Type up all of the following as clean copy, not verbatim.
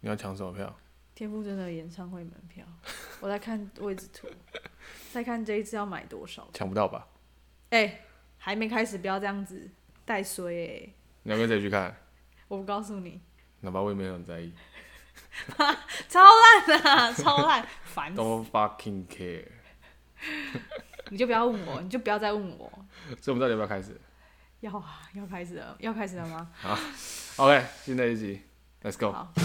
你要抢什么票？ 田馥甄的演唱会门票，我在看位置图，再看这一次要买多少。 抢不到吧？ 还没开始，不要这样子带衰你要跟谁去看？ 我不告诉你， 哪怕我也没有很在意。 超烂啊，超烂，烦死。 Don't fucking care。 你就不要问我，你就不要再问我。 所以我们到底要不要开始？ 要开始了，要开始了吗？ 好 ，OK， 新的一集 ，Let's go。 好。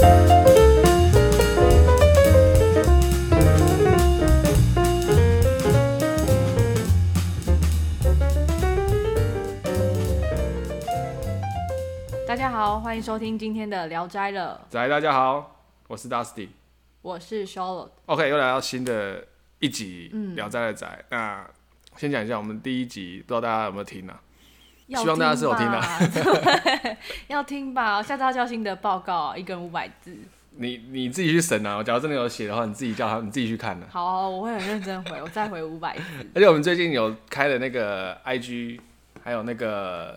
大家好，欢迎收听今天的《聊斋了》。 大家好，我是 Dusty， 我是 Charlotte。 OK， 又来到新的一集《聊斋的宅》。那先讲一下，我们第一集，不知道大家有没有听啊？希望大家是有听的、啊。 对，要听吧。下周要交新的报告，一个人500字。 你自己去审啊！假如真的有写的话，你自己叫他，你自己去看啊。 好，我会很认真回，我再回500字。 而且我们最近有开了那个 IG， 还有那个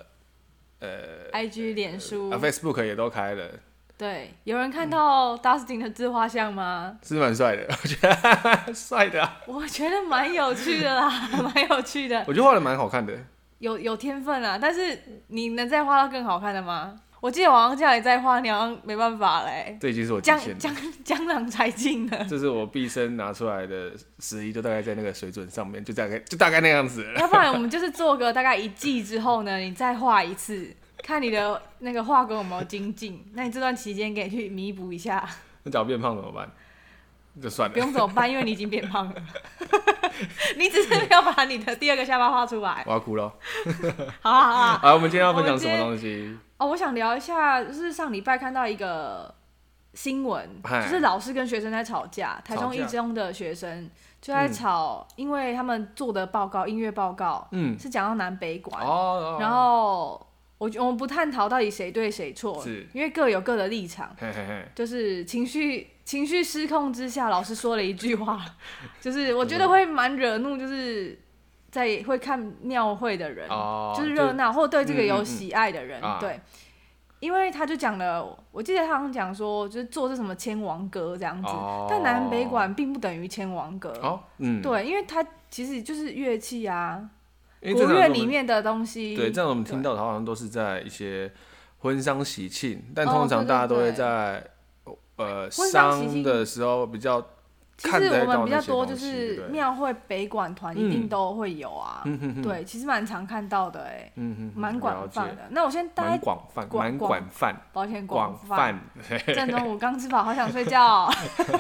IG、脸书、 Facebook 也都开了。 对，有人看到 Dustin 的自画像吗？ 是蛮帅的，我觉得帅的、啊。 我觉得蛮有趣的啦，蛮有趣的。 我觉得画的蛮好看的。 有天分啊，但是你能再画到更好看的吗？我记得我好像叫你再画，你好像没办法嘞。 这已经是我极限了。 江郎才尽了。 这是我毕生拿出来的实力，就大概在那个水准上面，就大概那样子了。 要不然我们就是做个大概1季之后呢，你再画一次，看你的那个画工有没有精进。那你这段期间可以去弥补一下。 那假如变胖怎么办？就算了。 不用怎么办，因为你已经变胖了。你只是没有把你的第2个下巴画出来。 我要哭了。 好啊。 好，我们今天要分享什么东西？ 我想聊一下，就是上礼拜看到一个新闻，就是老师跟学生在吵架，台中一中的学生就在吵，因为他们做的报告，音乐报告，是讲到南北管，然后我们不探讨到底谁对谁错，因为各有各的立场，就是情绪失控之下，老师说了一句话，就是我觉得会蛮惹怒，就是在会看庙会的人，就是热闹或对这个有喜爱的人，对，因为他就讲了，我记得他好像讲说，就是做这什么千王歌这样子，但南北管并不等于千王歌，对，因为它其实就是乐器啊，国乐里面的东西， 对，这样我们听到的好像都是在一些婚丧喜庆，但通常大家都会在丧的时候比较。 其实我们比较多就是庙会北管团一定都会有啊，对，其实蛮常看到的蛮广泛的。那我先大概蛮广泛， 抱歉，广泛。正中午刚吃饱，好想睡觉。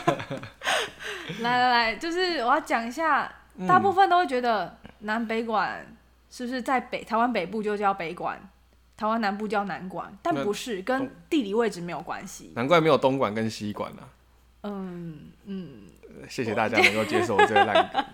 来，就是我要讲一下，大部分都会觉得南北管是不是在台湾北部就叫北管，台湾南部叫南管，但不是，跟地理位置没有关系。 难怪没有东管跟西管啊。谢谢大家能够接受我这个烂梗。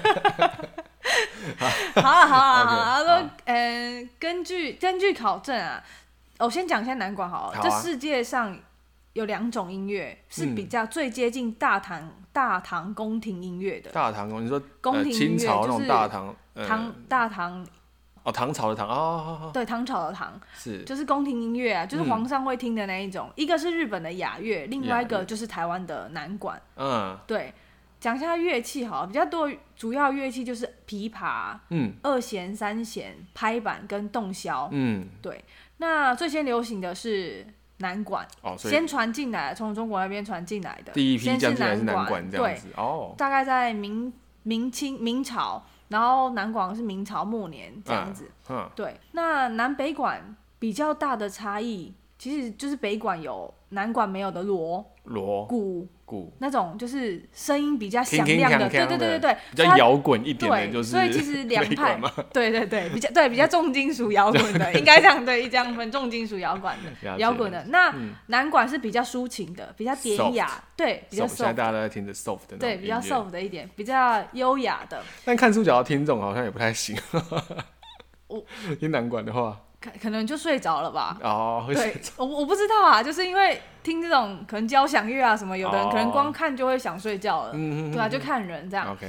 好了，根据考证啊，我先讲一下南管好了。这世界上有2种音乐是比较最接近大唐宫廷音乐的。 大唐宫，你说宫廷音乐清朝那种大唐， 大唐。 唐朝的唐对，唐朝的唐是就是宫廷音乐啊，就是皇上会听的那一种。一个是日本的雅乐，另外一个就是台湾的南管。对，讲一下乐器好了，比较多主要乐器就是琵琶、2弦、3弦、拍板跟洞箫。对。那最先流行的是南管，先传进来，从中国那边传进来的。 第一批将进来是南管这样子。 对，大概在明朝。然后南管是明朝末年这样子，对。那南北管比较大的差异，其实就是北管有南管没有的锣、鼓那种，就是声音比较响亮的，对， 比较摇滚一点的，就是所以其实2派，对，比较重金属摇滚的，应该这样分，重金属摇滚的。那南管是比较抒情的，比较典雅，对，比较 soft。 现在大家都在听着 soft 的， 对，比较 soft 的一点，比较优雅的。 但看书角的听众好像也不太行，听南管的话。 可能就睡着了吧。 对， 我不知道啊，就是因为听这种可能交响乐啊什么，有的人可能光看就会想睡觉了。对啊，就看人这样。 OK。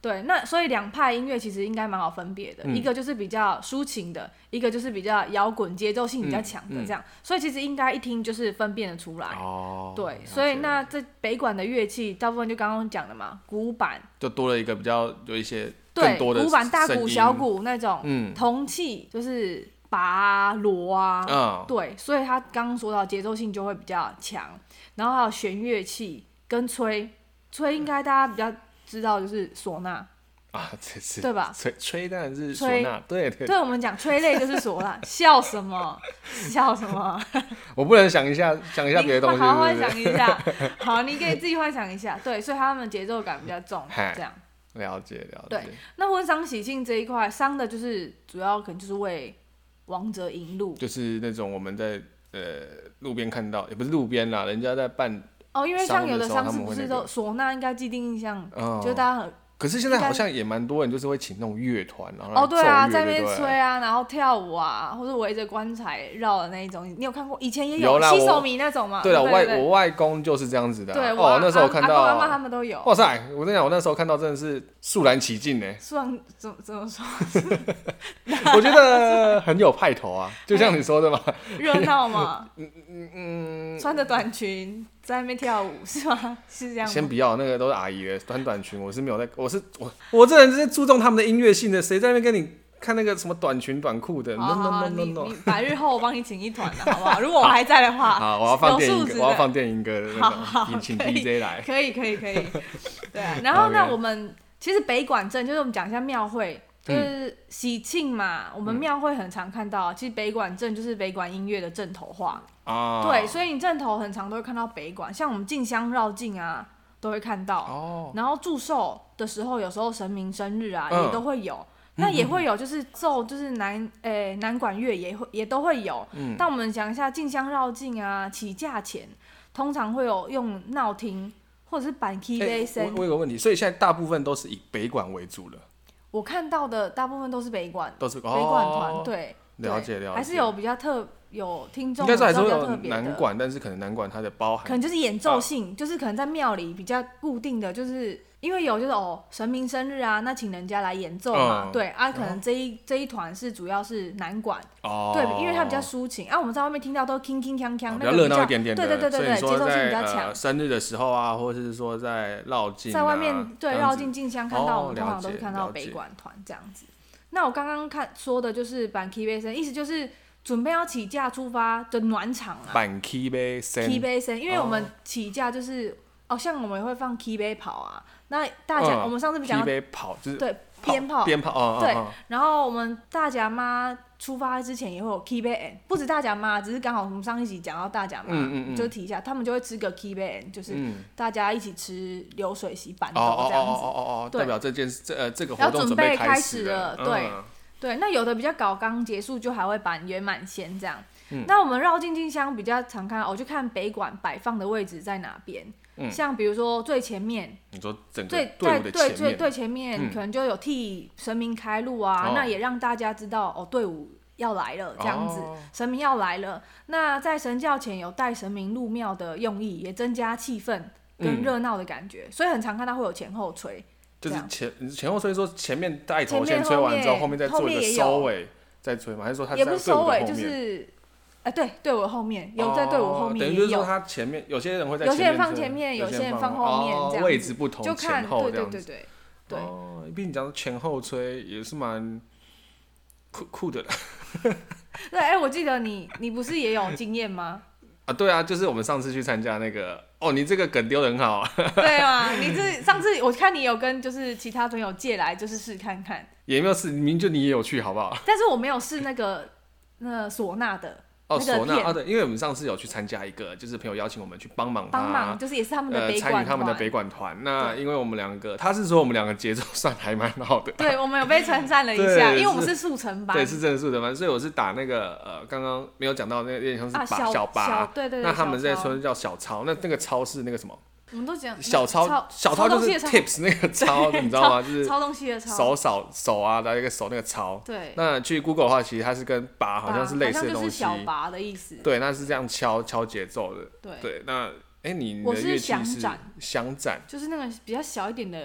对，那所以两派音乐其实应该蛮好分别的，一个就是比较抒情的，一个就是比较摇滚节奏性比较强的这样，所以其实应该一听就是分辨得出来。对，所以那这北管的乐器大部分就刚刚讲的嘛，鼓板就多了一个比较有一些更多的鼓板、大鼓、小鼓那种，铜器就是拔啊、锣啊，对，所以他刚刚说到节奏性就会比较强，然后还有弦乐器跟吹应该大家比较知道就是唢呐这是对吧？ 吹当然是唢呐，对， 我们讲吹类就是唢呐。笑什么？ 我不能想一下别的东西， 好好幻想一下。好，你可以自己幻想一下。对，所以他们节奏感比较重，这样。 了解。 对，那婚丧喜庆这一块，丧的就是主要可能就是为亡者引路， 就是那种我们在路边看到，也不是路边啦，人家在办。 因为像有的丧事不是都唢呐，应该既定印象，就是大家很。 可是现在好像也蛮多人就是会请那种乐团，然后对啊，在那边吹啊，然后跳舞啊，或者围着棺材绕的那一种，你有看过？以前也有洗手迷那种嘛。 对了，我外公就是这样子的。 对， 那时候我看到阿公阿嬷他们都有。 哇塞！我跟你讲，我那时候看到真的是肃然起敬呢。 怎么说？ 我觉得很有派头啊，就像你说的嘛， 热闹嘛。穿着短裙在那边跳舞是吗？是这样吗？ 先不要，那个都是阿姨的穿短裙，我是没有在，我这人是注重他们的音乐性的，谁在那边跟你看那个什么短裙短裤的 ？No， 你百日后我帮你请一团的好不好？如果我还在的话， 好，我要放电音歌的那种，请 DJ 来。 可以。对啊，然后那我们其实北管镇就是我们讲一下庙会。就是喜庆嘛，我们庙会很常看到，其实北管镇就是北管音乐的镇头化对，所以你镇头很常都会看到北管，像我们进香绕境啊都会看到然后祝寿的时候，有时候神明生日啊也都会有，那也会有就是奏就是南管乐也都会有，但我们讲一下进香绕境啊，起驾前通常会有用闹厅或者是板 key 杯声。 我有个问题，所以现在大部分都是以北管为主了。 我看到的大部分都是北管，北管团，对， 了解， 还是有比较有听众， 应该还是会有南管，但是可能南管它的包含， 可能就是演奏性，就是可能在庙里比较固定的，就是因为有就是神明生日啊，那请人家来演奏嘛，对啊，可能这一团是主要是南管，对，因为它比较抒情啊，我们在外面听到都铿铿锵锵， 比较热闹一点点的， 对，节奏性比较强。 生日的时候啊，或者是说在绕境， 在外面对绕境进香看到，我们通常都是看到北管团这样子。那我刚刚说的就是板 key 杯声，意思就是准备要起驾出发的暖场啊。 板 key 杯声， 因为我们起驾就是像我们也会放 key 杯跑啊。那大甲我们上次不讲到 key 杯跑就是对鞭炮对， 然后我们大甲妈出发之前也会有 key 杯，不止大甲妈，只是刚好我们上一集讲到大甲妈，就提一下，他们就会吃个 key 杯，就是大家一起吃流水席板豆这样子。 代表这个活动准备开始了。 对，那有的比较搞刚结束，就还会板圆满仙这样。那我们绕境进香比较常看到，我就看北管摆放的位置在哪边。像比如说最前面， 你说整个队伍的前面， 最前面可能就有替神明开路啊，那也让大家知道队伍要来了这样子，神明要来了。那在神教前有带神明入庙的用意，也增加气氛跟热闹的感觉，所以很常看到会有前后吹。 就是前后吹，说前面带头先吹完之后，后面再做一个收尾再吹吗？还是说他也不是收尾，就是队伍后面有在队伍后面也有， 等于就是说他前面有些人会在有些人放前面，有些人放后面，这样位置不同， 就看前后这样子。 对。 毕竟讲前后吹也是蛮酷的啦。 对，我记得你不是也有经验吗？ 对啊，就是我们上次去参加那个你这个梗丢得很好。 对啊，你上次我看你有跟就是其他朋友借来，就是试看看。 也没有试，明明就你也有去，好不好？ 但是我没有试那个唢呐的。 唢呐对，因为我们上次有去参加一个，就是朋友邀请我们去帮忙， 就是也是他们的北管团， 参与他们的北管团。那因为我们两个，他是说我们两个节奏算还蛮好的。 对，我们有被称赞了一下，因为我们是速成班。 对，是真的速成班，所以我是打那个刚刚没有讲到那个有点像是小拔， 对。 那他们在说叫小抄，那个抄是那个什么？ 我们都讲小抄就是 tips 那个抄，你知道吗？就是抄东西的抄， 手啊，来一个手那个抄。 对。 那去 Google 的话，其实它是跟拔好像是类似的东西。 就是小拔的意思。 对，那是这样敲节奏的。对。那你的乐器是响展， 就是那个比较小一点的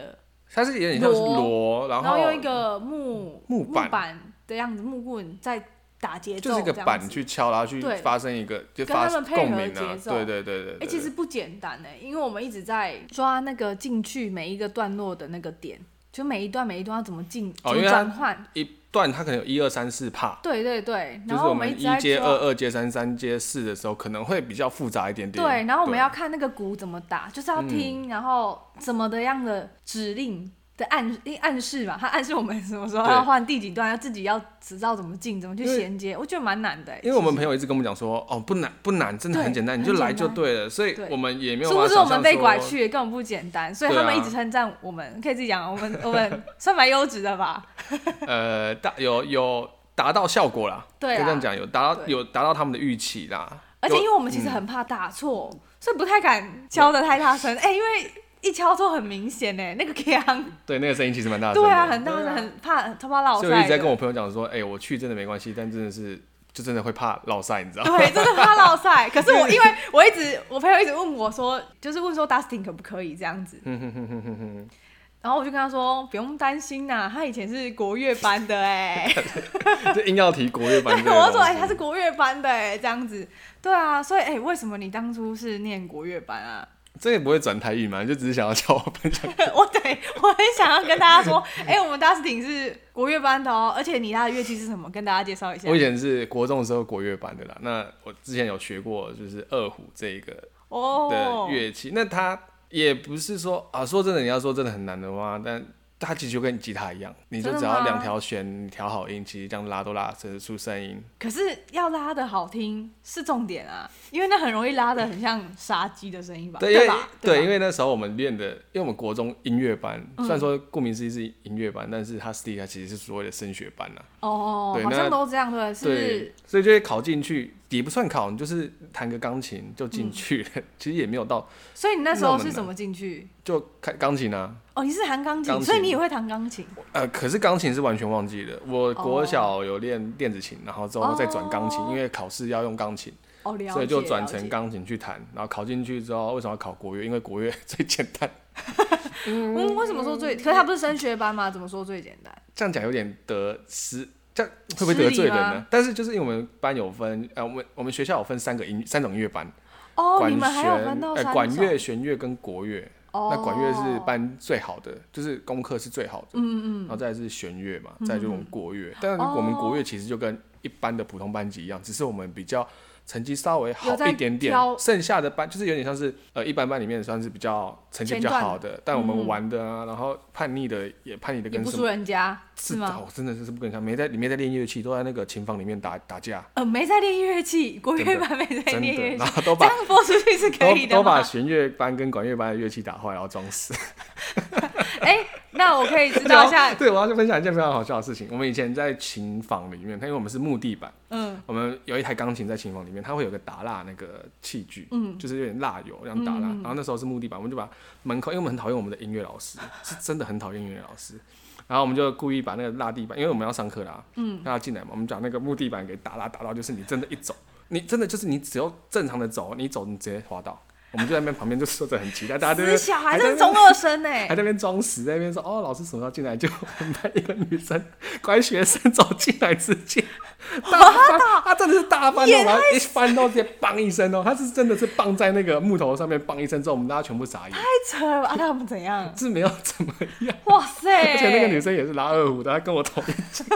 它是有点像是锣，然后用一个木板的样子，木棍在打节奏， 就是一个板去敲，然后去发生一个就发共鸣啊，对， 其实不简单因为我们一直在抓那个进去每一个段落的那个点，就每一段要怎么进，怎么转换。 段它可能有1、2、3、4帕， 对，然后我们1接2、2接3、3接4的时候，可能会比较复杂一点点。 对，然后我们要看那个鼓怎么打，就是要听，然后怎么的样的指令的暗示嘛，它暗示我们什么时候要换第几段，要自己要知道怎么进，怎么去衔接，我觉得蛮难的。 因为我们朋友一直跟我们讲说，不难，真的很简单，你就来就对了，所以我们也没有办法想象说。是不是我们被拐去根本不简单，所以他们一直称赞我们，可以自己讲，我们算蛮优质的吧？ 有达到效果啦， 对， 可以这样讲，有达到他们的预期啦。 而且因为我们其实很怕打错，所以不太敢敲得太大声，因为一敲错很明显那个锵， 对，那个声音其实蛮大声的， 对啊，很大声，很怕落塞。 所以我一直在跟我朋友讲说，我去真的没关系，但真的是就真的会怕落塞，你知道吗？ 对，真的怕落塞。可是因为我朋友一直问我说，就是问说 Dustin 可不可以这样子。然后我就跟他说不用担心啦，他以前是国乐班的就硬要提国乐班的。 我就说他是国乐班的这样子。对啊，所以为什么你当初是念国乐班啊？ 这也不会转台语嘛，就只是想要叫我分享。 我很想要跟大家说，我们 Dustin 是国乐班的而且你他的乐器是什么？跟大家介绍一下。 我以前是国中的时候国乐班的啦，那我之前有学过就是二胡这一个的乐器，那它也不是说说真的，你要说真的很难的话，但它其实就跟吉他一样，你就只要2条弦，你调好音，其实这样拉都拉得出声音。 可是要拉得好听是重点啊，因为那很容易拉得很像杀鸡的声音吧？对吧？ 对，因为那时候我们练的，因为我们国中音乐班，虽然说顾名思义是音乐班，但是它私底下其实是所谓的升学班啦。 对，好像都这样，对，是。 所以就会考进去，也不算考，你就是弹个钢琴就进去了，其实也没有到。 所以你那时候是怎么进去？ 就开钢琴啊。 你是弹钢琴，所以你也会弹钢琴。 可是钢琴是完全忘记了。我国小有练电子琴，然后之后再转钢琴，因为考试要用钢琴，所以就转成钢琴去弹。然后考进去之后，为什么要考国乐？因为国乐最简单。 为什么说最？可是它不是升学班吗？怎么说最简单？ 这样讲有点这样会不会得罪人呢？但是就是因为我们班有分，我们学校有分3种音乐班。 你们还有分到3种？ 管乐、弦乐跟国乐。那管乐是班最好的，就是功课是最好的，然后再来是弦乐嘛，再来就是我们国乐。但是我们国乐其实就跟一般的普通班级一样，只是我们比较成绩稍微好一点点，剩下的班就是有点像是一般班里面算是比较成绩比较好的，但我们玩的然后叛逆的跟什么， 也不输人家，是吗？ 真的是不跟人家，没在练乐器，都在那个琴房里面打架。 没在练乐器，国乐班没在练乐器， 然后都把这样播出去是可以的吗？ 都把弦乐班跟管乐班的乐器打坏，然后装死。 那我可以知道一下。 对，我要分享一件非常好笑的事情。我们以前在琴房里面，因为我们是木地板，我们有一台钢琴在琴房里面，它会有个打蜡那个器具，就是有点蜡油这样打蜡。然后那时候是木地板，我们就把门口，因为我们很讨厌我们的音乐老师，是真的很讨厌音乐老师。然后我们就故意把那个蜡地板，因为我们要上课啦，让他进来嘛，我们把那个木地板给打蜡，打到就是你真的一走，你真的就是你只要正常的走，你走你直接滑倒。我们就在那边旁边就说着很期待，大家都小孩真中二生还在那边装死，在那边说老师什么时候进来？就我们班一个女生乖学生走进来直接她真的是大翻然后一翻到直接梆一声她是真的是梆在那个木头上面梆一声之后，我们大家全部傻眼。 太扯了吧？他们怎样？ 是没有怎么样。 哇塞！ 而且那个女生也是拉二胡的，她跟我同一届。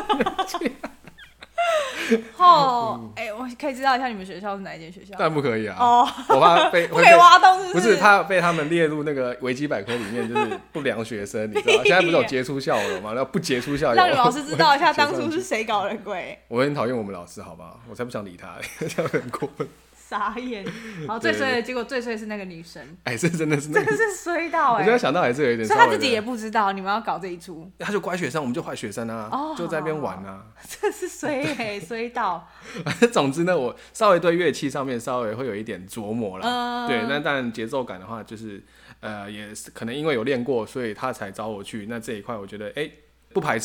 我可以知道一下你们学校是哪一间学校？ 当然不可以啊！我怕被不可以挖洞， 不是他被他们列入那个维基百科里面，就是不良学生，你知道？现在不是有杰出校友吗？要不杰出校友， 让老师知道一下当初是谁搞的鬼。 我很讨厌我们老师，好不好？我才不想理他，这样很过分。 傻眼，好最衰的结果最衰是那个女生， 是真的是那个， 真的是衰到我现在想到还是有一点， 所以他自己也不知道你们要搞这一出， 他就乖学生，我们就坏学生啊，就在那边玩啊， 真是衰衰到。 总之呢，我稍微对乐器上面稍微会有一点琢磨啦，对，那当然节奏感的话，就是也是可能因为有练过，所以他才找我去，那这一块我觉得不排斥。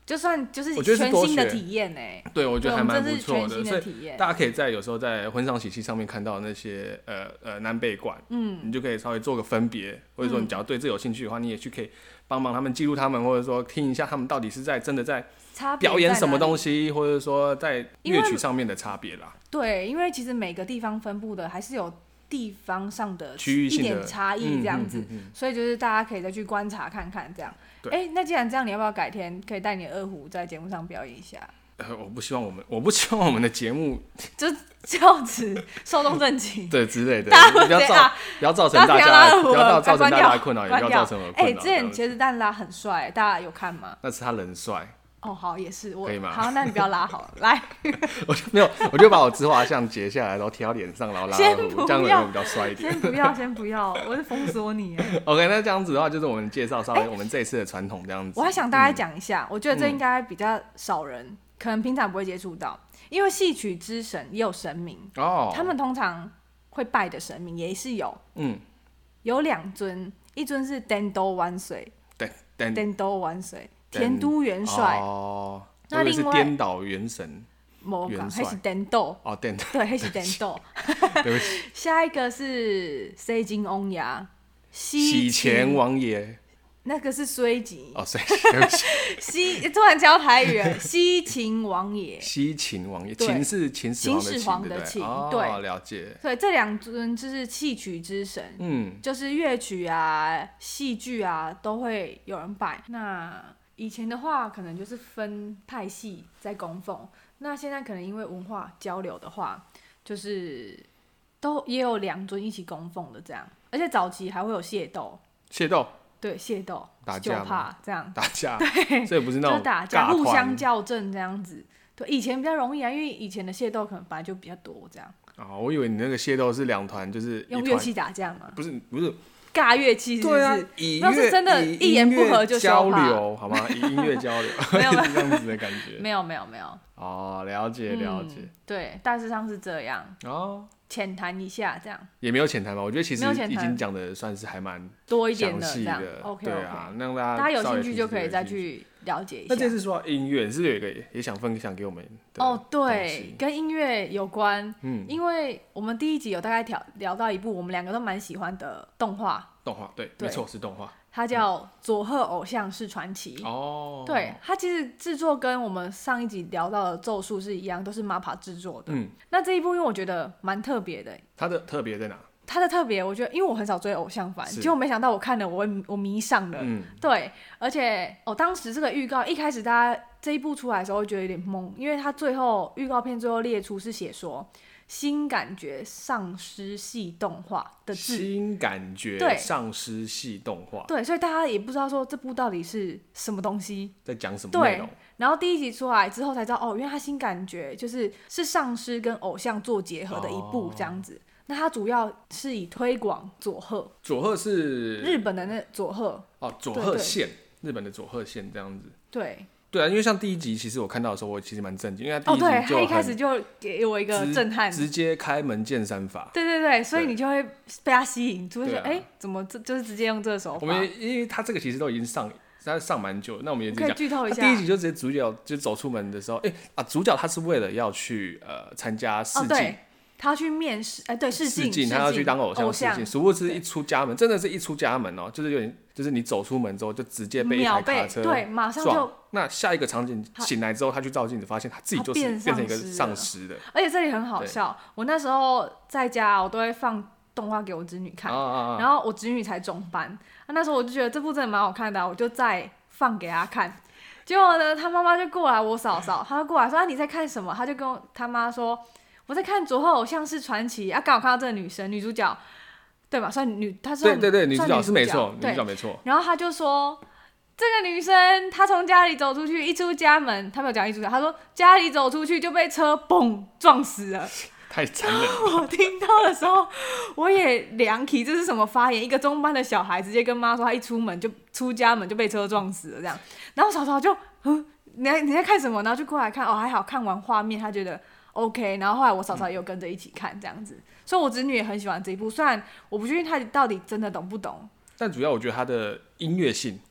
就算就是全新的体验对，我觉得还蛮不错的， 所以大家可以在有时候在婚丧喜庆上面看到那些南北馆，你就可以稍微做个分别，或者说你假如对这有兴趣的话，你也去可以帮忙他们记录他们，或者说听一下他们到底是真的在表演什么东西，或者说在乐曲上面的差别啦。 对，因为其实每个地方分布的还是有地方上的一点差异这样子，所以就是大家可以再去观察看看这样。那既然这样，你要不要改天可以带你的二胡在节目上表演一下？ 我不希望我们的节目就这样子受众震情对之类的，不要造成大家的困扰，也不要造成我的困扰。 之前茄子蛋拉很帅，大家有看吗？ 那是他人帅。 好，也是可以吗？ 好，那你不要拉好了，来。 我就把我自画像截下来，然后贴到脸上，然后拉二胡，这样比较帅一点。 先不要，我是封锁你。 OK， 那这样子的话，就是我们介绍稍微我们这一次的传统这样子。 我还想大概讲一下，我觉得这应该比较少人，可能平常不会接触到，因为戏曲之神也有神明他们通常会拜的神明也是有，有2尊，一尊是天都元帅，天都元帅。田都元帅那另外是颠倒元神， 元帅，那是颠倒颠倒， 对，那是颠倒。 对不起。 下一个是西京王爷， 洗钱王爷， 那个是衰吉对不起。 突然教台语了，西秦王爷， 秦是秦始皇的秦，对，了解。 对，这2尊就是戏曲之神，就是乐曲啊、戏剧啊都会有人拜。那以前的话，可能就是分派系在供奉。那现在可能因为文化交流的话，就是也有2尊一起供奉的这样。而且早期还会有械斗，对，械斗打架吗？这样打架， 对， 所以不是那种打架，互相校正这样子。对，以前比较容易啊，因为以前的械斗可能本来就比较多这样。 我以为你那个械斗是2团，就是用乐器打架吗？ 不是。 尬乐器是不是？ 对啊， 那是真的，一言不合就交流，好吗？以音乐交流， 没有这样子的感觉。 没有。 了解。 对，大致上是这样。浅谈一下这样。 也没有浅谈吧，我觉得其实已经讲的算是还蛮多一点的这样。 OK， 对啊，让大家有兴趣就可以再去了解一下。 那这次说到音乐，是不是有一个也想分享给我们的？ 对，跟音乐有关。因为我们第1集有大概聊到一部我们2个都蛮喜欢的动画， 对，没错，是动画。 它叫《佐贺偶像是传奇》。对，它其实制作跟我们上一集聊到的《咒术》是一样，都是 MAPPA 制作的。那这一部因为我觉得蛮特别的。它的特别在哪？它的特别，我觉得因为我很少追偶像番，结果没想到我看了我迷上了。对，而且当时这个预告一开始大家这一部出来的时候会觉得有点懵，因为它最后预告片最后列出是写说新感觉丧尸系动画的字，新感觉丧尸系动画，对，所以大家也不知道说这部到底是什么东西，在讲什么内容。然后第1集出来之后才知道，原来它新感觉是丧尸跟偶像做结合的一部这样子。那它主要是以推广佐贺是日本的那佐贺佐贺县，日本的佐贺县这样子。对啊，因为像第1集，其实我看到的时候，我其实蛮震惊，因为他第1集就他一开始就给我一个震撼，直接开门见山法。对，所以你就会被他吸引，就会觉得怎么就是直接用这个手法。我们因为他这个其实都已经上蛮久了，那我们也可以剧透一下。第1集就直接主角就走出门的时候，主角他是为了要去参加试镜。他要去面试，对，试镜，他要去当偶像试镜。殊不知一出家门，真的是一出家门就是有点，就是你走出门之后就直接被一台卡车对，马上就。那下一个场景醒来之后，他去照镜子，发现他自己就是变成一个丧尸的。而且这里很好笑，我那时候在家，我都会放动画给我侄女看，然后我侄女才中班，那时候我就觉得这部真的蛮好看的，我就再放给她看。结果呢，他妈妈就过来，我嫂嫂，她就过来说：“你在看什么？”他就跟他妈说。我在看《佐贺偶像是传奇》刚好看到这个女主角，对吧？算她算对，女主角是没错，女主角没错。然后他就说，这个女生她从家里走出去，一出家门，她没有讲一出家，她说家里走出去就被车嘣撞死了，太残忍了。我听到的时候，我也凉起，这是什么发言？一个中班的小孩直接跟妈说，他一出家门就被车撞死了这样。然后嫂嫂就你在看什么？然后就过来看，还好看完画面，他觉得。OK， 然后后来我嫂嫂也有跟着一起看这样子，所以我侄女也很喜欢这一部。虽然我不确定她到底真的懂不懂，但主要我觉得她的音乐性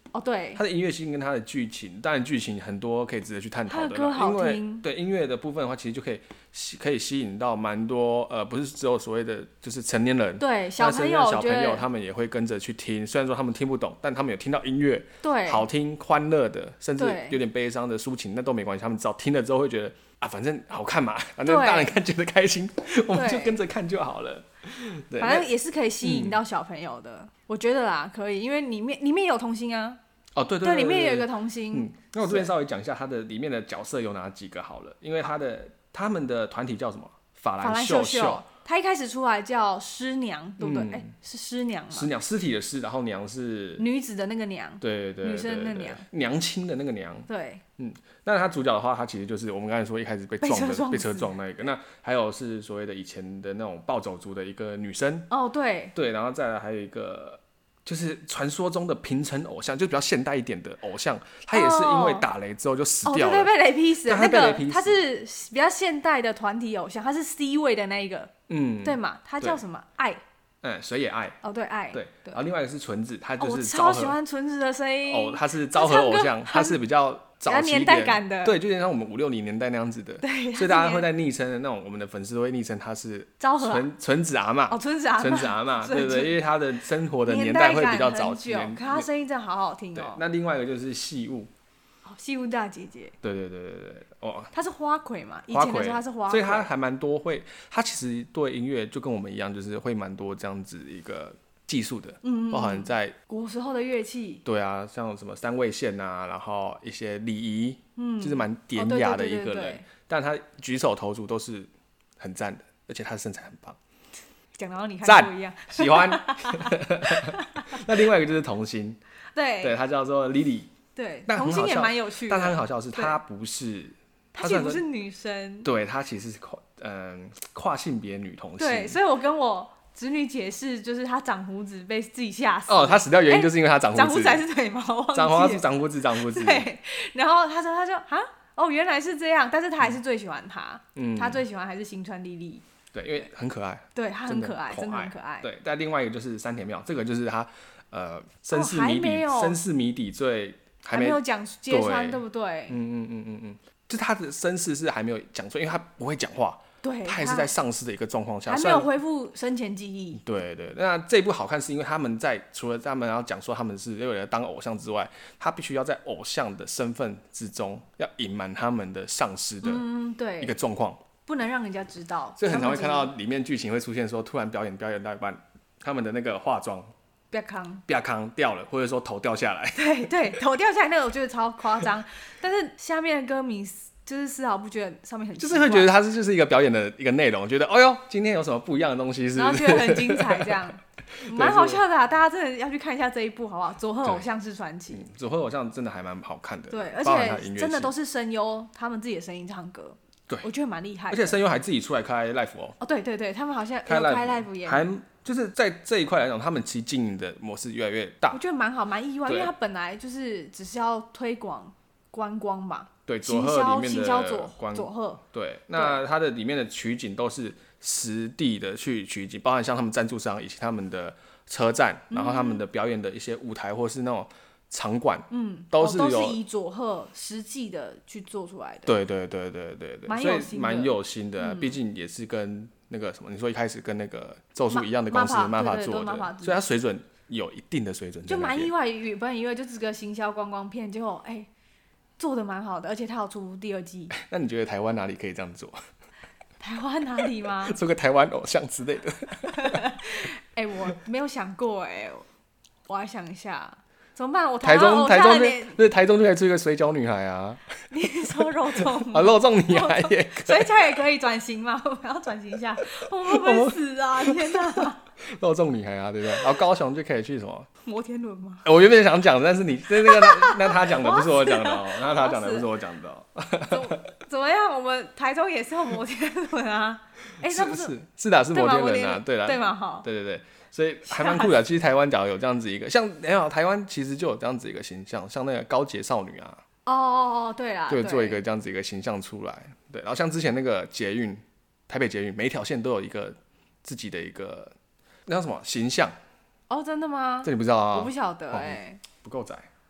哦，对， 它的音乐性跟它的剧情，当然剧情很多可以值得去探讨的， 它的歌好听， 因为对音乐的部分的话，其实就可以吸引到蛮多不是只有所谓的就是成年人， 对小朋友他们也会跟着去听，虽然说他们听不懂，但他们有听到音乐， 对， 好听欢乐的，甚至有点悲伤的抒情，那都没关系，他们只要听了之后会觉得啊，反正好看嘛，反正大人看觉得开心，我们就跟着看就好了。对， 反正也是可以吸引到小朋友的，我觉得啦，可以，因为里面有童星啊。 哦，对， 里面有一个童星。 那我这边稍微讲一下它的里面的角色有哪几个好了，因为他们的团体叫什么？法兰秀秀。 他一开始出来叫师娘，对不对？是师娘吗？ 师娘，尸体的尸，然后娘是女子的那个娘， 对， 女生的娘， 娘亲的那个娘。 对， 那他主角的话，他其实就是我们刚才说一开始被车撞那一个。那还有是所谓的以前的那种暴走族的一个女生。 哦，对， 然后再来还有一个。就是传说中的平成偶像，就比较现代一点的偶像，他也是因为打雷之后就死掉了。 对，被雷劈死了。他是比较现代的团体偶像，他是 C 位的那一个，对嘛？他叫什么？爱。 水野爱。 哦，对，爱。 对。然后另外一个是纯子，他就是我超喜欢纯子的声音。 他是昭和偶像，他是比较早期年代感的， 对，就像我们5、60年代那样子的， 对， 所以大家会在昵称的那种，我们的粉丝都会昵称他是昭和纯子阿嬷， 纯子阿嬷， 对，因为他的生活的年代会比较早期， 可他声音真的好好听哦。那另外一个就是细雾， 细雾大姐姐， 对， 他是花魁嘛，以前的时候他是花魁， 所以他还蛮多他其实对音乐就跟我们一样，就是会蛮多这样子一个。技术的，包含在古时候的乐器， 对啊，像什么三味线啊，然后一些礼仪，就是蛮典雅的一个人，但他举手投足都是很赞的，而且他的身材很棒， 讲到你看不一样， 喜欢。那另外一个就是童星， 对， 他叫做 Lily， 对，童星也蛮有趣的， 但他很好笑的是，他不是， 他其实不是女生， 对，他其实是跨性别女童星， 对，所以我跟我侄女解释，就是他长胡子被自己吓死。 他死掉原因就是因为他长胡子。 长胡子还是腿毛？忘记了。 长胡子。 对，然后他说原来是这样，但是他还是最喜欢他。他最喜欢还是新川莉莉。 对，因为很可爱。 对，他很可爱，真的很可爱。 对，但另外一个就是山田妙，这个就是他身世谜底还没有揭穿，对不对？ 就他的身世是还没有讲出，因为他不会讲话。 对， 他也是在丧失的一个状况下， 还没有恢复生前记忆。 对，那这一部好看是因为他们除了他们要讲说他们是为了当偶像之外，他必须要在偶像的身份之中要隐瞒他们的丧失的一个状况， 不能让人家知道。 所以很常会看到里面剧情会出现说，突然表演到一半，他们的那个化妆啪康掉了，或者说头掉下来。 对，头掉下来那个我觉得超夸张，但是下面的歌迷。就是丝毫不觉得上面很奇怪， 就是会觉得它就是一个表演的一个内容，觉得哎呦今天有什么不一样的东西是不是， 然后觉得很精彩这样，蛮好笑的大家真的要去看一下这一部好不好？佐贺偶像是传奇， 佐贺偶像真的还蛮好看的， 对，而且真的都是声优他们自己的声音唱歌，对，我觉得蛮厉害的， 而且声优还自己出来开 live 对，他们好像开 live 也还就是在这一块来讲，他们其实经营的模式越来越大， 我觉得蛮好，蛮意外，因为他本来就是只是要推广观光嘛。 对，佐贺里面的佐贺， 对，那它的里面的取景都是实地的去取景，包含像他们赞助商以及他们的车站，然后他们的表演的一些舞台或是那种场馆，都是以佐贺实际的去做出来的。 对，所以蛮有心的，毕竟也是跟那个什么，你说一开始跟那个咒术一样的公司MAPPA做的，所以它水准有一定的水准， 就蛮意外，原本以为就是个行销观光片，结果做的蛮好的，而且他有出第2季。 那你觉得台湾哪里可以这样做？ 台湾哪里吗？ 做个台湾偶像之类的。 我没有想过我来想一下，怎么办？我台中对台中就可以出一个水饺女孩啊。 你说肉粽吗？ 肉粽女孩也可以。 水饺也可以转型吗？我们要转型一下，我们会不会死啊？天哪！ 肉粽女孩啊，对不对？然后高雄就可以去什么？ 摩天轮吗？ 我原本想讲的，但是那他讲的不是我讲的哦，那他讲的不是我讲的哦。 怎么样？我们台中也是有摩天轮啊。那不是的，是摩天轮啊，对啦， 对嘛？好， 对，所以还蛮酷的。其实台湾假如有这样子一个，像台湾其实就有这样子一个形象，像那个高捷少女啊。 对啦， 就做一个这样子一个形象出来。对，然后像之前那个台北捷运，每一条线都有一个自己的一个那叫什么形象。 真的吗？ 这你不知道啊？ 我不晓得不够窄。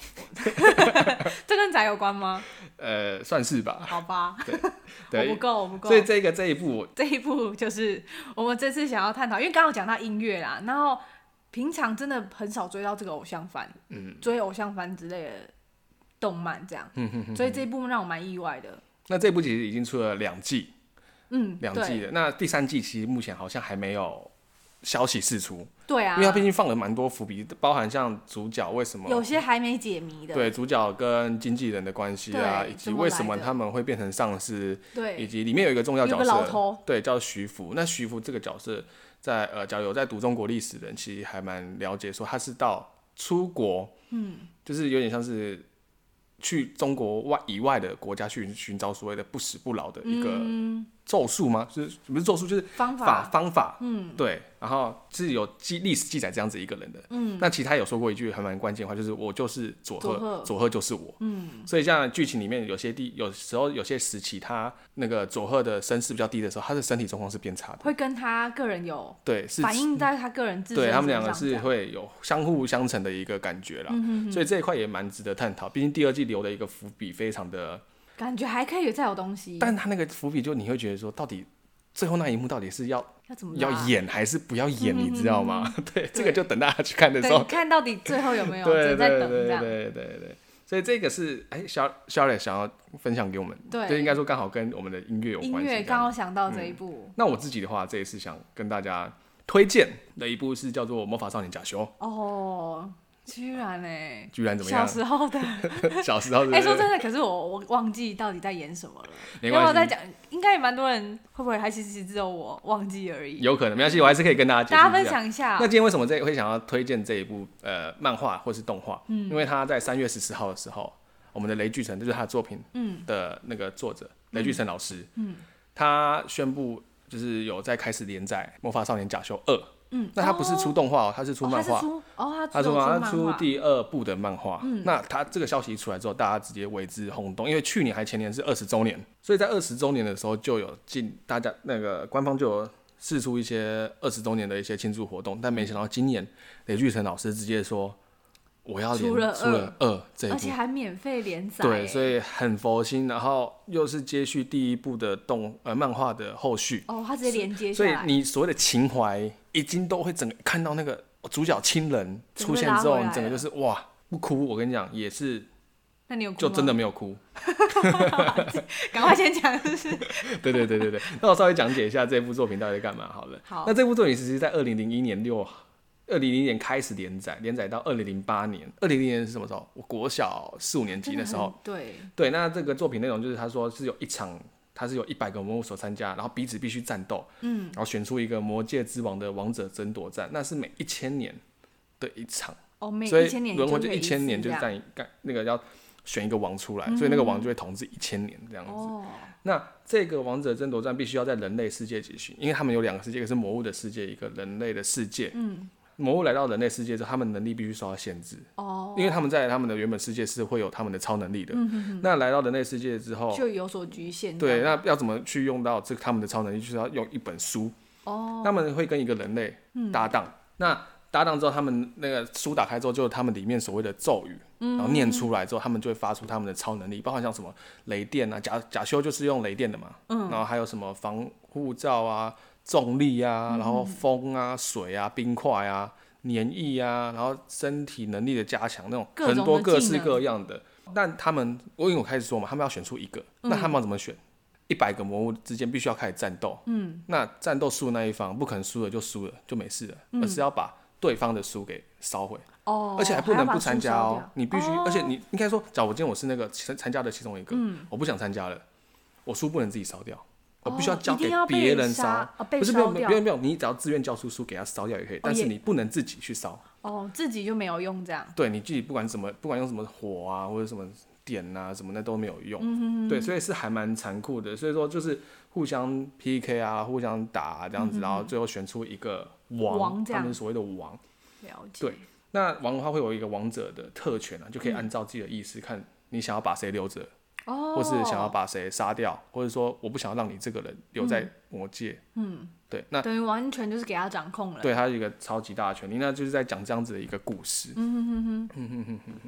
这跟宅有关吗？ 算是吧。 好吧， 对， 我不够。 所以这一部就是我们这次想要探讨，因为刚刚讲到音乐啦，然后平常真的很少追到这个偶像番，追偶像番之类的动漫这样，所以这一部让我蛮意外的。 那这部其实已经出了2季，2季的。 那第3季其实目前好像还没有消息释出。 对啊， 因为他毕竟放了蛮多伏笔，包含像主角为什么有些还没解谜的， 对主角跟经纪人的关系啊，以及为什么他们会变成上司， 对， 以及里面有一个重要角色， 有个老头， 对，叫徐福。那徐福这个角色在假如有在读中国历史的人，其实还蛮了解，说他是到出国，就是有点像是去中国以外的国家去寻找所谓的不死不老的一个咒术吗？就是不是咒术，就是方法，对。然后是有历史记载这样子一个人的，那其实他有说过一句还蛮关键的话，就是我就是佐贺就是我，所以像剧情里面有时候有些时期，他那个佐贺的身世比较低的时候，他的身体状况是变差的， 会跟他个人有对是反映在他个人自身对他们两个是会有相互相成的一个感觉啦，所以这一块也蛮值得探讨。毕竟第2季留的一个伏笔非常的， 感觉还可以再有东西， 但他那个伏笔就你会觉得说，到底最后那一幕到底是要演还是不要演，你知道吗？对，这个就等大家去看的时候， 看到底最后有没有，只在等这样。 对。所以这个是Charlotte 想要分享给我们，就应该说刚好跟我们的音乐有关系。 音乐刚好想到这一部。 那我自己的话，这一次想跟大家推荐的一部是叫做《魔法少年假修》。 哦。居然居然怎么样？ 小时候的说真的，可是我忘记到底在演什么了。 没关系， 我在讲，应该也蛮多人，会不会还其实只有我忘记而已？ 有可能，没关系，我还是可以跟大家分享一下。 那今天为什么会想要推荐这一部漫画或是动画？因为他在3月14号的时候，我们的雷炬成，就是他的作品的那个作者雷炬成老师，他宣布就是有在开始连载《魔法少年假修2》。那他不是出动画他是出漫画。他出第2部的漫画。那他这个消息一出来之后，大家直接为之轰动，因为去年还前年是20周年，所以在20周年的时候就有大家那个官方就有释出一些20周年的一些庆祝活动，但没想到今年雷炬成老师直接说我要出了2这一部， 而且还免费连载。 对，所以很佛心，然后又是接续第1部的漫画的后续。 他直接连接下来， 所以你所谓的情怀已经都会整个看到那个主角亲人出现之后，你整个就是哇不哭，我跟你讲也是。 那你有哭吗？ 就真的没有哭。 赶快先讲，是不是？ 对。那我稍微讲解一下这部作品到底在干嘛好了。 好。 那这部作品其实在2001年开始连载到2008年。2000年是什么时候？我国小4、5年级的时候。对。那这个作品内容就是他说是有一场。他是有100个魔物所参加，然后彼此必须战斗，然后选出一个魔界之王的王者争夺战，那是每1000年的一场， 所以轮回就1000年就是那个要选一个王出来，所以那个王就会统治1000年这样子。那这个王者争夺战必须要在人类世界进行，因为他们有2个世界，一个是魔物的世界，一个人类的世界。魔物来到人类世界之后，他们能力必须受到限制，因为他们在他们的原本世界是会有他们的超能力的。那来到人类世界之后， 就有所局限。 对，那要怎么去用到他们的超能力？就是要用一本书。他们会跟一个人类搭档。那搭档之后，他们那个书打开之后，就是他们里面所谓的咒语，然后念出来之后，他们就会发出他们的超能力，包含像什么雷电啊，假修就是用雷电的嘛。然后还有什么防护罩啊。重力啊，然后风啊、水啊、冰块啊、黏液啊，然后身体能力的加强，那种很多各式各样的。但他们，因为我开始说嘛，他们要选出一个，那他们要怎么选？100个魔物之间必须要开始战斗。那战斗输的那一方不可能输了就输了就没事了，而是要把对方的书给烧毁。而且还不能不参加哦，你必须，而且你应该说，假如我今天我是那个参加的其中一个，我不想参加了，我书不能自己烧掉。我必须要交给别人烧，不是不用，你只要自愿交出书给他烧掉也可以，但是你不能自己去烧。 自己就没有用这样。 对，你自己不管用什么火啊或者什么点啊什么的都没有用。对，所以是还蛮残酷的。所以说就是互相 PK 啊，互相打啊这样子，然后最后选出一个王，他们所谓的王。 了解。 对，那王的话会有一个王者的特权啊，就可以按照自己的意思看你想要把谁留着。或是想要把谁杀掉，或者说我不想要让你这个人留在魔界。对，那等于完全就是给他掌控了。 对，他有一个超级大的权利，那就是在讲这样子的一个故事。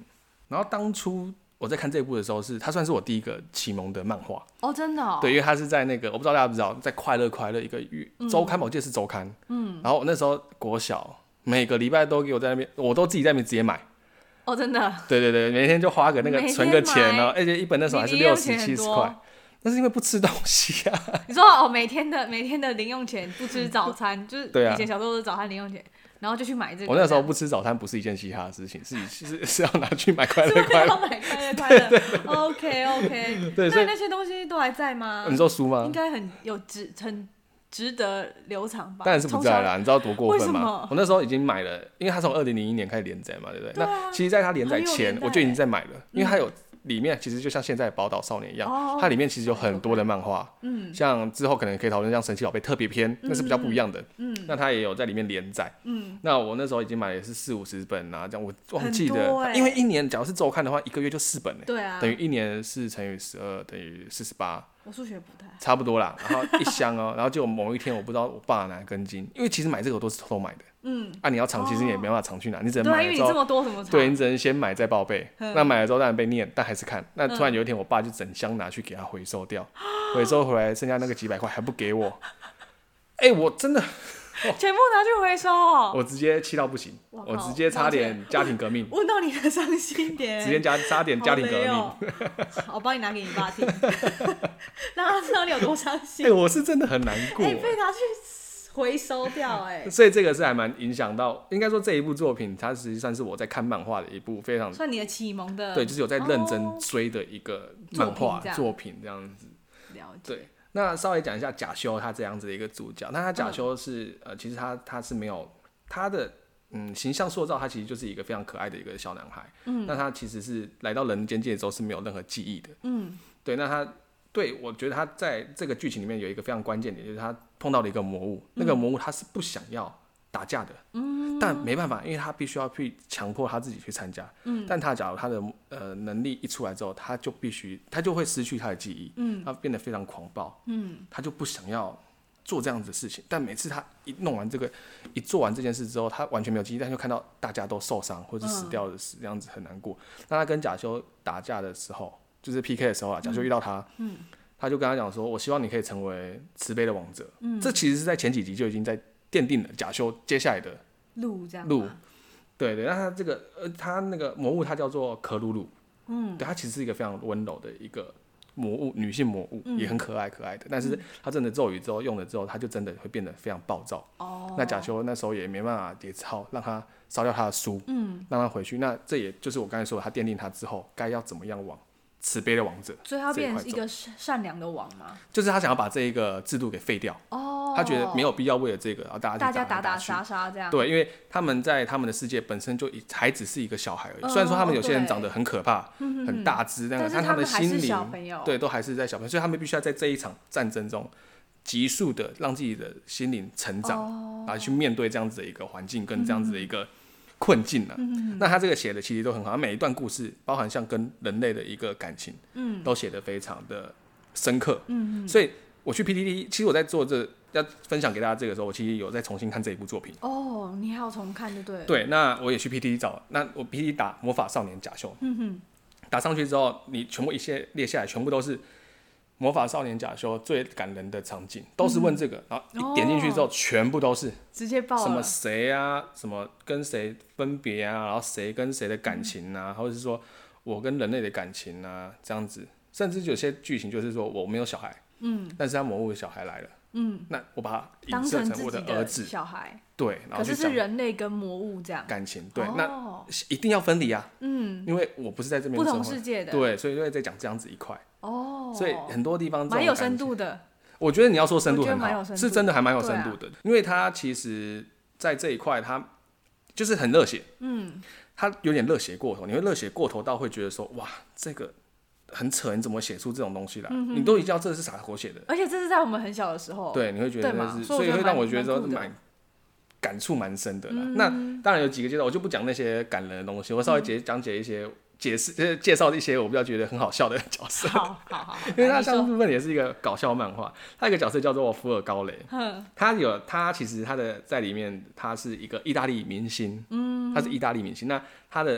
然后当初我在看这一部的时候它算是我第一个启蒙的漫画哦，真的哦。 对，因为它是在那个我不知道大家不知道，在快乐一个周刊吧，我记得是周刊。然后我那时候国小，每个礼拜都给我在那边，我都自己在那边直接买。 哦，真的。 对对对，每天就花个那个存个钱哦，而且一本那时候还是60、70块。那是因为不吃东西啊。 你说哦，每天的零用钱不吃早餐，就是以前小时候的早餐零用钱，然后就去买这个。 我那时候不吃早餐不是一件嘻哈的事情，是要拿去买快乐快乐。要买快乐快乐。OK。 对， 所以那些东西都还在吗？ 你说书吗？ 应该很值得留长吧？ 当然是不在啦，你知道多过分吗？ 为什么？ 我那时候已经买了，因为它从2001年开始连载嘛，对不对？那其实在它连载前，我就已经在买了，因为它有。里面其实就像现在的宝岛少年一样，它里面其实有很多的漫画，像之后可能可以讨论像神奇宝贝特别篇，那是比较不一样的，那它也有在里面连载，那我那时候已经买的是40-50本啊，这样我忘记了，因为一年假如是周刊的话，一个月就4本， 对啊， 等于一年4乘以12等于48， 我数学不太差不多啦，然后一箱哦，然后就某一天我不知道我爸哪根筋，因为其实买这个我都是偷偷买的。你要藏，其实你也没办法藏去哪，你只能买了之后， 对，因为你这么多怎么藏？ 对，你只能先买再报备。那买了之后当然被念，但还是看。那突然有一天，我爸就整箱拿去给他回收掉，回收回来剩下那个几百块还不给我，我真的全部拿去回收哦！ 我直接气到不行，我直接差点家庭革命。 问到你的伤心点， 直接差点家庭革命。 我帮你拿给你爸听，让他知道你有多伤心。 我是真的很难过。 被拿去回收掉所以这个是还蛮影响到，应该说这一部作品，它实际上是我在看漫画的一部非常算你的启蒙的， 对，就是有在认真追的一个漫画作品这样子。 了解。 对，那稍微讲一下贾修他这样子的一个主角，那他贾修是其实他是没有他的形象塑造，他其实就是一个非常可爱的一个小男孩。那他其实是来到人间界的时候是没有任何记忆的。对，那他。对，我觉得他在这个剧情里面有一个非常关键点，就是他碰到了一个魔物，那个魔物他是不想要打架的，但没办法，因为他必须要去强迫他自己去参加，但他假如他的能力一出来之后，他就会失去他的记忆，他变得非常狂暴，他就不想要做这样子的事情，但每次他一做完这件事之后，他完全没有记忆，但就看到大家都受伤或者死掉的死，这样子很难过。那他跟贾修打架的时候。就是 PK 的时候啊，贾修遇到他，他就跟他讲说：“我希望你可以成为慈悲的王者。”这其实是在前几集就已经在奠定了贾修接下来的路，这样路。对，那他这个他那个魔物，它叫做可鲁鲁。对，它其实是一个非常温柔的一个魔物，女性魔物，也很可爱的。但是他真的咒语之后用了之后，他就真的会变得非常暴躁。那贾修那时候也没办法，也只好让他烧掉他的书，让他回去。那这也就是我刚才说的，他奠定他之后该要怎么样往。慈悲的王者， 所以他变成一个善良的王吗？ 就是他想要把这一个制度给废掉。他觉得没有必要为了这个，然后大家打杀这样。 对，因为他们在他们的世界本身就还只是一个小孩而已。虽然说他们有些人长得很可怕、很大只，但他们的心灵对都还是在小朋友，所以他们必须要在这一场战争中急速的让自己的心灵成长，来去面对这样子的一个环境跟这样子的一个。困境了，那他这个写的其实都很好，每一段故事包含像跟人类的一个感情，都写得非常的深刻，所以我去 PTT， 其实我在做要分享给大家这个时候，我其实有在重新看这一部作品。 你还要重看就对了。 对，那我也去 PTT 找，那我 PTT 打魔法少年贾修，打上去之后，你全部一些列下来，全部都是。魔法少年贾修最感人的场景都是问这个，然后一点进去之后，全部都是直接爆了。 什么谁啊，什么跟谁分别啊，然后谁跟谁的感情啊，或者是说我跟人类的感情啊，这样子，甚至有些剧情就是说我没有小孩，但是他魔物的小孩来了，那我把他影射成我的儿子小孩， 对，然后可是人类跟魔物这样感情，对，那一定要分离啊，因为我不是在这边不同世界的， 对，所以就会在讲这样子一块。所以很多地方蛮有深度的。 我觉得你要说深度很好，是真的还蛮有深度的，因为他其实在这一块他就是很热血，他有点热血过头，你会热血过头到会觉得说哇这个很扯，你怎么写出这种东西来？你都已经知道这是傻狗血的， 而且这是在我们很小的时候， 对，你会觉得那是，所以会让我觉得说蛮感触蛮深的啦。那当然有几个阶段，我就不讲那些感人的东西，我稍微讲解一些。介绍一些我比较觉得很好笑的角色， 好， 因为他上部分也是一个搞笑漫画。他有一个角色叫做福尔高雷，他其实他的在里面他是一个意大利明星，他是意大利明星。那他的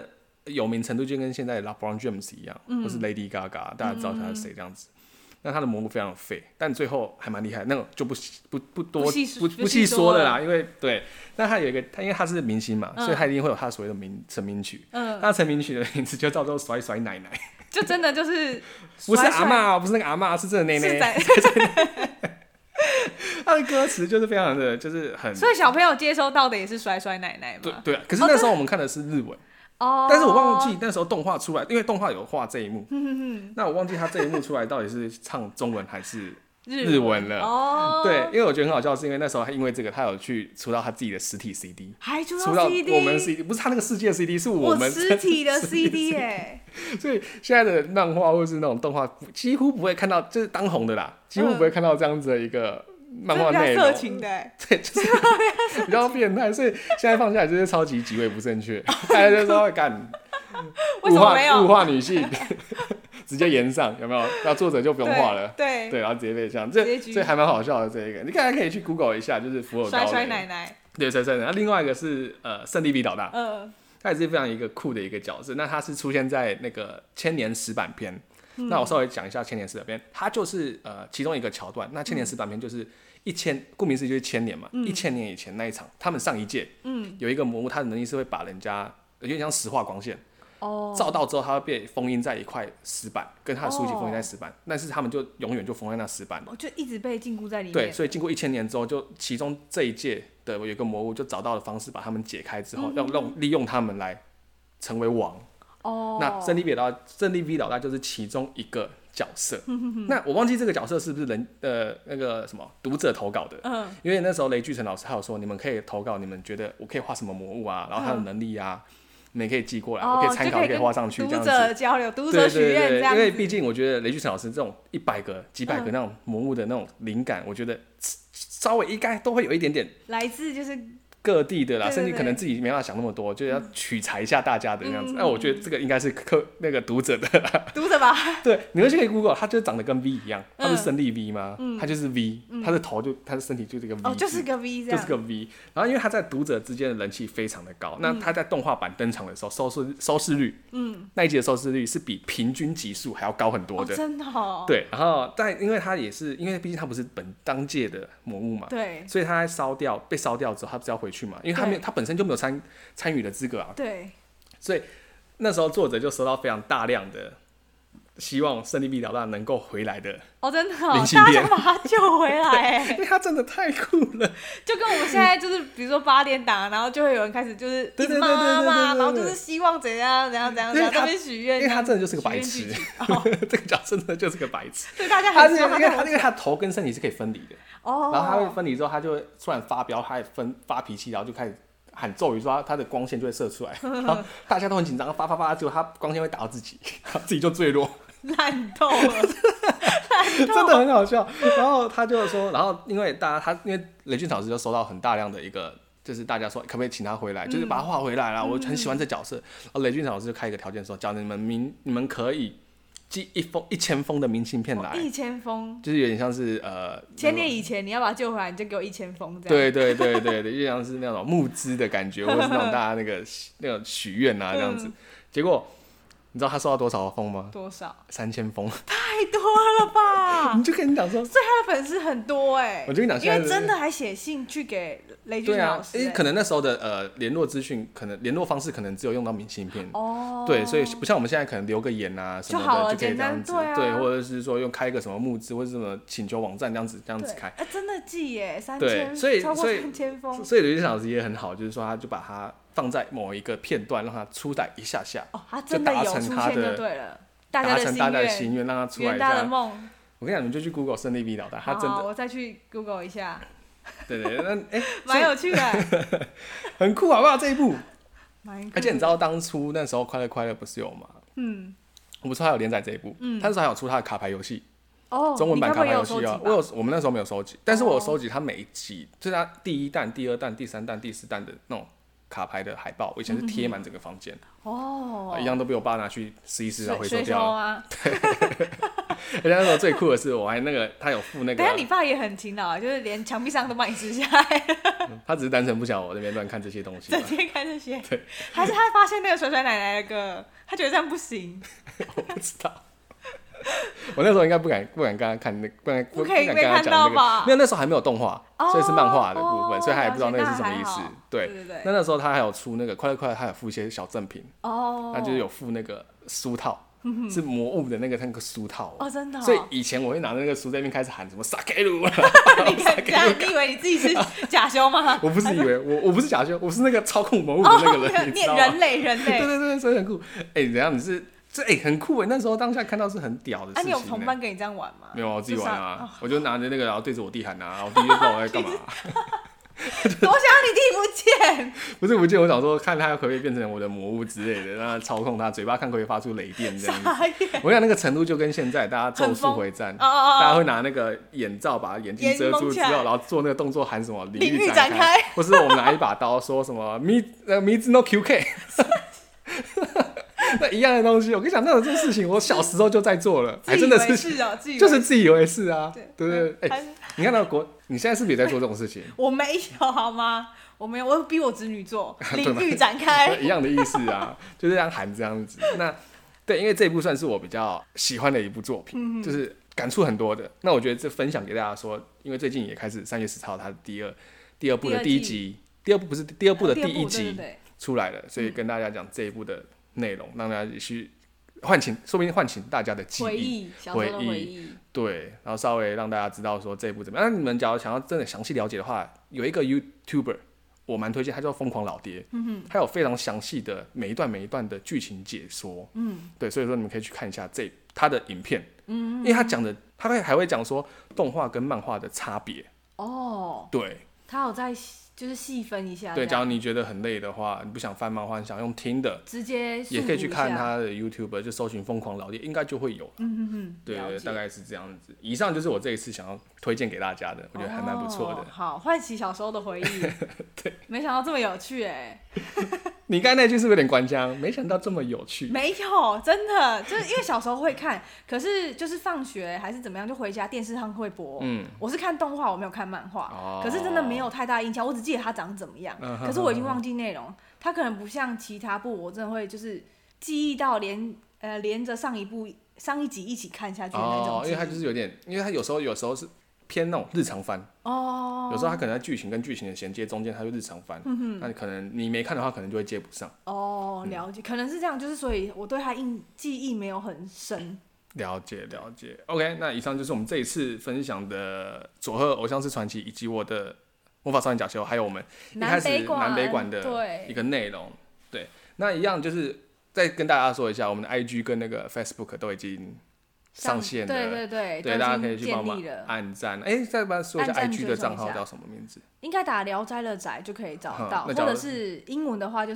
有名程度就跟现在的 LeBron James 一样，或是 Lady Gaga，大家知道他是谁这样子。那他的魔物非常的废，但最后还蛮厉害，那种就不细说了啦，因为对，那他有一个，因为他是明星嘛，所以他一定会有他所谓的成名曲，他的成名曲的名字就叫做甩甩奶奶， 就真的就是不是阿嬷，不是那个阿嬷，是真的奶奶。他的歌词就是非常的，就是很， 所以小朋友接收到的也是甩甩奶奶嘛。 对啊，可是那时候我们看的是日文。但是我忘记那时候动画出来，因为动画有画这一幕，那我忘记他这一幕出来到底是唱中文还是日文了。对，因为我觉得很好笑，是因为那时候他因为这个，他有去出到他自己的实体 CD， 还出到 CD， 我们 CD 不是他那个世界 CD， 是我们实体的 CD 耶。 所以现在的漫画或是那种动画，几乎不会看到，就是当红的啦，几乎不会看到这样子的一个漫画内容， 色情的， 对，就是比较变态，所以现在放下来就是超级极为不正确，大家就说干物化女性，直接延上，有没有？那作者就不用画了， 对， 然后直接被这样，这还蛮好笑的。这一个你刚才可以去 Google 一下，就是福尔高雷甩奶奶， 对，甩奶奶。另外一个是胜利比老大，他也是非常一个酷的一个角色。那他是出现在那个千年石板篇。那我稍微讲一下千年石板篇，它就是其中一个桥段。那千年石板篇就是顾名思义就是1000年嘛，1000年以前那一场，他们上一届，有一个魔物，他的能力是会把人家有点像石化光线，照到之后，它会被封印在一块石板，跟他的书籍封印在石板，但是他们就永远就封在那石板了， 就一直被禁锢在里面。 对，所以经过1000年之后，就其中这一届的有一个魔物就找到了方式把他们解开之后，利用他们来成为王。那胜利 V 老大就是其中一个角色。那我忘记这个角色是不是那个什么读者投稿的，因为那时候雷巨成老师还有说，你们可以投稿，你们觉得我可以画什么魔物啊，然后他的能力啊，你们可以寄过来，我可以参考，可以画上去，这样子。 读者交流，读者许愿这样子。 因为毕竟我觉得雷巨成老师这种100个、几百个那种魔物的那种灵感，我觉得稍微应该都会有一点点来自就是各地的啦，甚至可能自己没办法想那么多，就是要取材一下大家的那样子。那我觉得这个应该是那个读者的啦， 读者吧。 对，你们去可以 Google， 他就长得跟 V 一样，他不是胜利 V 吗？他就是 V，他的头他的身体就是个 V， 就是个 V 这样， 就是个 V。然后因为他在读者之间的人气非常的高，那他在动画版登场的时候，收视率，那一集的收视率是比平均集数还要高很多的， 真的哦。 对，然后因为他也是，因为毕竟他不是当届的魔物嘛， 对， 所以他被烧掉之后，他不是要回去嘛？因为他本身就没有参与的资格啊。 对， 所以那时候作者就收到非常大量的希望胜利 V 老大能够回来的真的大家想把他救回来因为他真的太酷了， 就跟我们现在就是比如说8点档，然后就会有人开始就是一直骂，然后就是希望怎样在那边许愿， 因为他真的就是个白痴，这个角色真的就是个白痴， 对大家很希望因为他头跟身体是可以分离的，然后他会分离之后，他就会突然发飙，他也发脾气，然后就开始喊咒语，说他的光线就会射出来，然后大家都很紧张，发，结果他光线会打到自己，自己就坠落， 烂透了， 真的很好笑。然后他就说，然后因为雷俊老师就收到很大量的一个，就是大家说可不可以请他回来，就是把他画回来啦，我很喜欢这角色。然后雷俊老师就开一个条件说，叫你们可以寄1000封的明信片来 ，1000封， 就是有点像是 1000年以前你要把他救回来，你就给我1000封这样。 对，有点像是那种募资的感觉，或是那种大家那种许愿啊这样子。结果你知道他收到多少封吗？ 多少 ？3000封， 太多了吧？ 你就跟你讲说， 所以他的粉丝很多我就跟你讲，因为真的还写信去给雷军老师。 可能那时候的联络资讯，可能联络方式可能只有用到明信片。对，所以不像我们现在可能留个言啊什么的就可以这样子，对，或者是说用开一个什么募资或者什么请求网站这样子开。 真的寄耶，3000， 对， 超过3000封。 所以雷军老师也很好，就是说他就把它放在某一个片段，让他出来一下， 他真的有出现就对了，达成大家的心愿，让他出来一下。 圆大的梦。 我跟你讲，你就去 Google 胜利 V 老大，他真的。 我再去 Google 一下。 对，那蛮有趣的， 很酷，好不好？这一部，而且你知道当初那时候快乐不是有吗？我不是还有连载这一部，他那时候还有出他的卡牌游戏，中文版卡牌游戏哦。我们那时候没有收集，但是我有收集他每一集，就是他第1弹、第2弹、第3弹、第4弹的那种卡牌的海报，我以前是贴满整个房间，一样都被我爸拿去撕一撕，然后回收掉了。 而且那时候最酷的是，我还那个他有附那个。 等下你爸也很勤劳，就是连墙壁上都帮你撕下来。 他只是单纯不想我那边乱看这些东西。 整天看这些。 对。 还是他发现那个甩甩奶奶的歌，他觉得这样不行。 我不知道。我那时候应该不敢跟他看那，不可以被看到吧？ 因为那时候还没有动画，所以是漫画的部分，所以他也不知道那个是什么意思。对。那时候他还有出那个快乐快乐，他有附一些小赠品。他就是有附那个书套。是魔物的那个书套真的。 所以以前我会拿着那个书在那边开始喊什么萨克鲁。 你以为你自己是假修吗？ 我不是以为我不是假修，我是那个操控魔物的那个人，你知道吗？ 人类。 对，所以很酷。怎样？你是很酷那时候当下看到是很屌的事情。 你有同伴跟你这样玩吗？ 没有，我自己玩啊。我就拿着那个，然后对着我弟喊啊，我弟就不知道我在干嘛。 我想要你弟不见， 不是不见，我想说看他可不可以变成我的魔物之类的，让他操控他，嘴巴看可不可以发出雷电这样子。我想那个程度就跟现在大家咒术回战，大家会拿那个眼罩把眼睛遮住之后，然后做那个动作喊什么领域展开，或是我们拿一把刀说什么米兹 no QK。那一样的东西，我跟你讲，那种事情，我小时候就在做了，还真的是，就是自以为是啊，对。你看到你现在是不是也在做这种事情？ 我没有好吗？我没有，我逼我侄女做领域展开， 一样的意思啊，就是这样喊这样子。那对，因为这一部算是我比较喜欢的一部作品，就是感触很多的。那我觉得这分享给大家说，因为最近也开始3月10号，它第二部的第一集，第二部不是第二部的第一集出来了，所以跟大家讲这一部的内容，让大家去说不定唤醒大家的记忆、回忆，对，然后稍微让大家知道说这一部怎么样。那你们假如想要真的详细了解的话，有一个 YouTuber 我蛮推荐，他叫疯狂老爹，他有非常详细的每一段的剧情解说，对，所以说你们可以去看一下他的影片，因为他讲的，他还会讲说动画跟漫画的差别，对， 他有在就是细分一下。 对，假如你觉得很累的话，你不想翻漫画，你想用听的， 直接也可以去看他的 YouTube， 就搜寻疯狂老爹，应该就会有。对，大概是这样子。以上就是我这一次想要推荐给大家的，我觉得还蛮不错的。 好，唤起小时候的回忆。 对， 没想到这么有趣你刚才那句是不是有点官腔？没想到这么有趣。 没有，真的，就是因为小时候会看，可是就是放学还是怎么样，就回家电视上会播。我是看动画，我没有看漫画，可是真的没有太大印象，我只记得它长怎么样，可是我已经忘记内容。它可能不像其他部，我真的会就是记忆到连着上一集一起看下去的那种。 因为它就是有点，因为它有时候是偏那种日常番有时候它可能在剧情跟剧情的衔接中间，它就日常番，那可能你没看的话，可能就会接不上。 了解，可能是这样，就是所以我对它记忆没有很深。 了解。OK， 那以上就是我们这一次分享的佐贺偶像式传奇以及我的魔法少年假修，还有我们一开始南北馆的一个内容。对，那一样就是再跟大家说一下，我们的 IG 跟那个 Facebook 都已经上线了，对，大家可以去帮忙按赞。再帮说一下 IG 的账号叫什么名字？ 应该打聊斋了宅就可以找到，或者是英文的话就是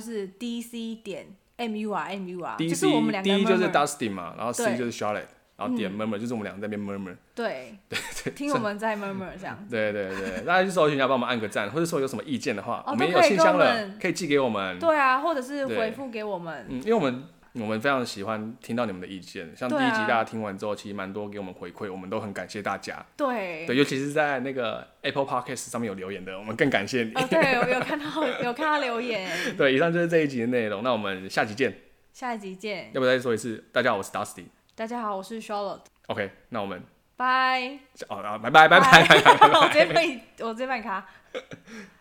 DC.MUR， 就是我们两个 D 就是 Dustin 嘛，然后 C 就是 Charlotte， 然后点 murmur 就是我们两个在那边 murmur。对， 听我们在 murmur 这样。 对，大家去搜寻一下，帮我们按个赞，或者说有什么意见的话，我们也有信箱了，可以寄给我们。 对啊，或者是回复给我们。 因为我们非常喜欢听到你们的意见，像第一集大家听完之后，其实蛮多给我们回馈，我们都很感谢大家。对，尤其是在那个 Apple Podcast 上面有留言的，我们更感谢你。 对，我有看到留言。 对，以上就是这一集的内容，那我们下集见。 下一集见。 要不再说一次？大家好，我是 Dusty。 大家好，我是 Charlotte。 OK， 那我们拜。 拜拜。 我直接帮你卡。